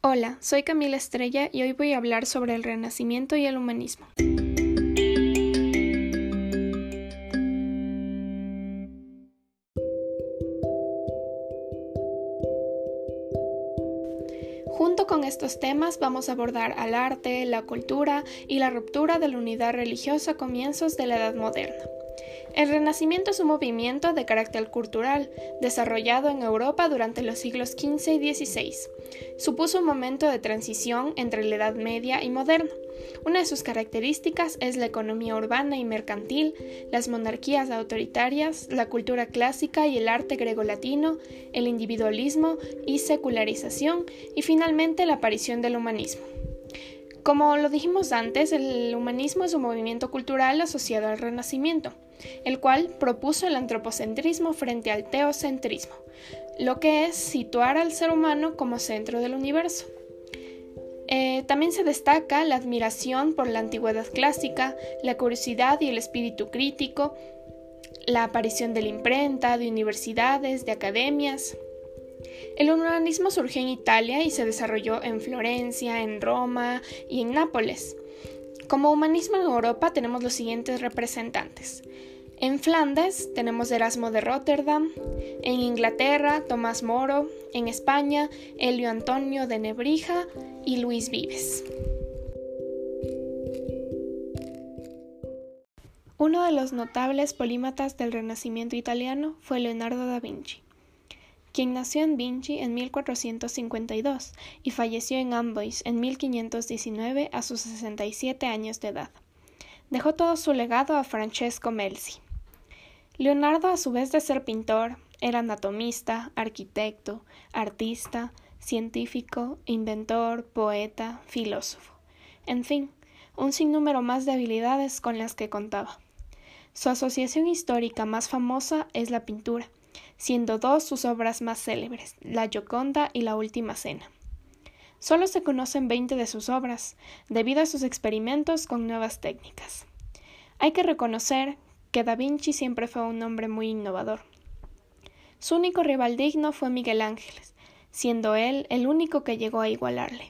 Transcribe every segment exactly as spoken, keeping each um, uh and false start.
Hola, soy Camila Estrella y hoy voy a hablar sobre el Renacimiento y el humanismo. Junto con estos temas vamos a abordar al arte, la cultura y la ruptura de la unidad religiosa a comienzos de la Edad Moderna. El Renacimiento es un movimiento de carácter cultural, desarrollado en Europa durante los siglos quince y dieciséis. Supuso un momento de transición entre la Edad Media y moderna. Una de sus características es la economía urbana y mercantil, las monarquías autoritarias, la cultura clásica y el arte grecolatino, el individualismo y secularización, y finalmente la aparición del humanismo. Como lo dijimos antes, el humanismo es un movimiento cultural asociado al Renacimiento, el cual propuso el antropocentrismo frente al teocentrismo, lo que es situar al ser humano como centro del universo. Eh, también se destaca la admiración por la antigüedad clásica, la curiosidad y el espíritu crítico, la aparición de la imprenta, de universidades, de academias. El humanismo surgió en Italia y se desarrolló en Florencia, en Roma y en Nápoles. Como humanismo en Europa tenemos los siguientes representantes. En Flandes tenemos Erasmo de Róterdam, en Inglaterra Tomás Moro, en España Elio Antonio de Nebrija y Luis Vives. Uno de los notables polímatas del Renacimiento italiano fue Leonardo da Vinci, quien nació en Vinci en mil cuatrocientos cincuenta y dos y falleció en Amboise en mil quinientos diecinueve a sus sesenta y siete años de edad. Dejó todo su legado a Francesco Melzi. Leonardo, a su vez de ser pintor, era anatomista, arquitecto, artista, científico, inventor, poeta, filósofo. En fin, un sinnúmero más de habilidades con las que contaba. Su asociación histórica más famosa es la pintura, siendo dos sus obras más célebres, La Gioconda y La Última Cena. Solo se conocen veinte de sus obras, debido a sus experimentos con nuevas técnicas. Hay que reconocer que Da Vinci siempre fue un hombre muy innovador. Su único rival digno fue Miguel Ángel, siendo él el único que llegó a igualarle.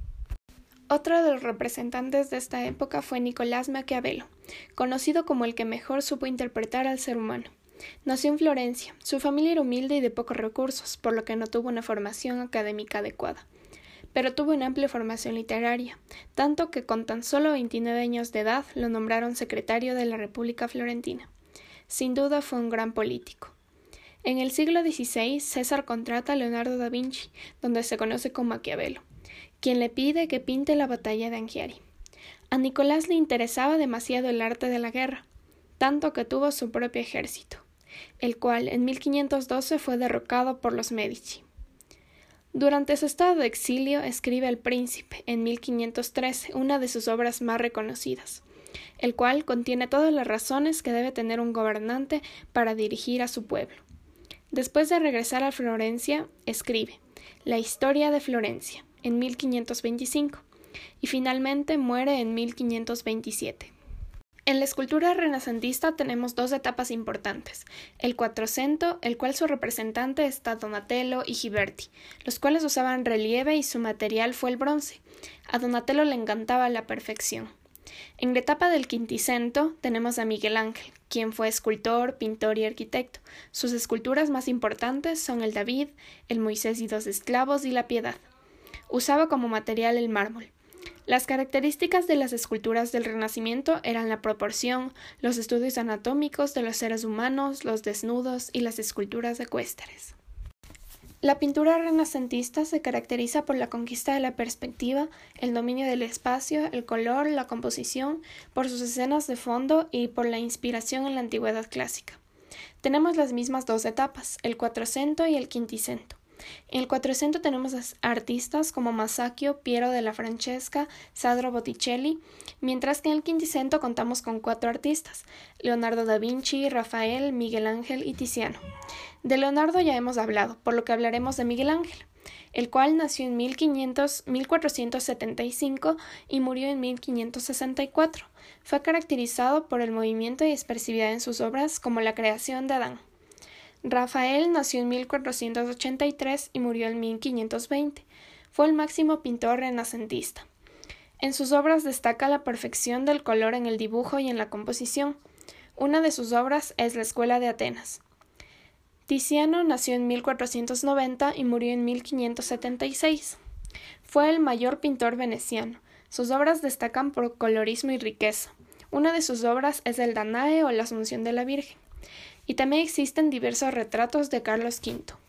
Otro de los representantes de esta época fue Nicolás Maquiavelo, conocido como el que mejor supo interpretar al ser humano. Nació en Florencia. Su familia era humilde y de pocos recursos, por lo que no tuvo una formación académica adecuada. Pero tuvo una amplia formación literaria, tanto que con tan solo veintinueve años de edad lo nombraron secretario de la República Florentina. Sin duda fue un gran político. En el siglo dieciséis, César contrata a Leonardo da Vinci, donde se conoce como Maquiavelo, quien le pide que pinte la batalla de Anghiari. A Nicolás le interesaba demasiado el arte de la guerra, tanto que tuvo su propio ejército, el cual en mil quinientos doce fue derrocado por los Medici. Durante su estado de exilio escribe El Príncipe, en mil quinientos trece, una de sus obras más reconocidas, el cual contiene todas las razones que debe tener un gobernante para dirigir a su pueblo. Después de regresar a Florencia, escribe La Historia de Florencia, en mil quinientos veinticinco, y finalmente muere en mil quinientos veintisiete. En la escultura renacentista tenemos dos etapas importantes, el Quattrocento, el cual su representante está Donatello y Ghiberti, los cuales usaban relieve y su material fue el bronce. A Donatello le encantaba la perfección. En la etapa del Quinticento tenemos a Miguel Ángel, quien fue escultor, pintor y arquitecto. Sus esculturas más importantes son el David, el Moisés y dos esclavos y la Piedad. Usaba como material el mármol. Las características de las esculturas del Renacimiento eran la proporción, los estudios anatómicos de los seres humanos, los desnudos y las esculturas ecuestres. La pintura renacentista se caracteriza por la conquista de la perspectiva, el dominio del espacio, el color, la composición, por sus escenas de fondo y por la inspiración en la antigüedad clásica. Tenemos las mismas dos etapas, el Quattrocento y el Quinticento. En el Quattrocento tenemos a artistas como Masaccio, Piero della Francesca, Sandro Botticelli, mientras que en el Quinticento contamos con cuatro artistas, Leonardo da Vinci, Rafael, Miguel Ángel y Tiziano. De Leonardo ya hemos hablado, por lo que hablaremos de Miguel Ángel, el cual nació en mil cuatrocientos setenta y cinco y murió en mil quinientos sesenta y cuatro. Fue caracterizado por el movimiento y expresividad en sus obras como la creación de Adán. Rafael nació en mil cuatrocientos ochenta y tres y murió en mil quinientos veinte. Fue el máximo pintor renacentista. En sus obras destaca la perfección del color en el dibujo y en la composición. Una de sus obras es la Escuela de Atenas. Tiziano nació en mil cuatrocientos noventa y murió en mil quinientos setenta y seis. Fue el mayor pintor veneciano. Sus obras destacan por colorismo y riqueza. Una de sus obras es el Danae o la Asunción de la Virgen. Y también existen diversos retratos de Carlos quinto.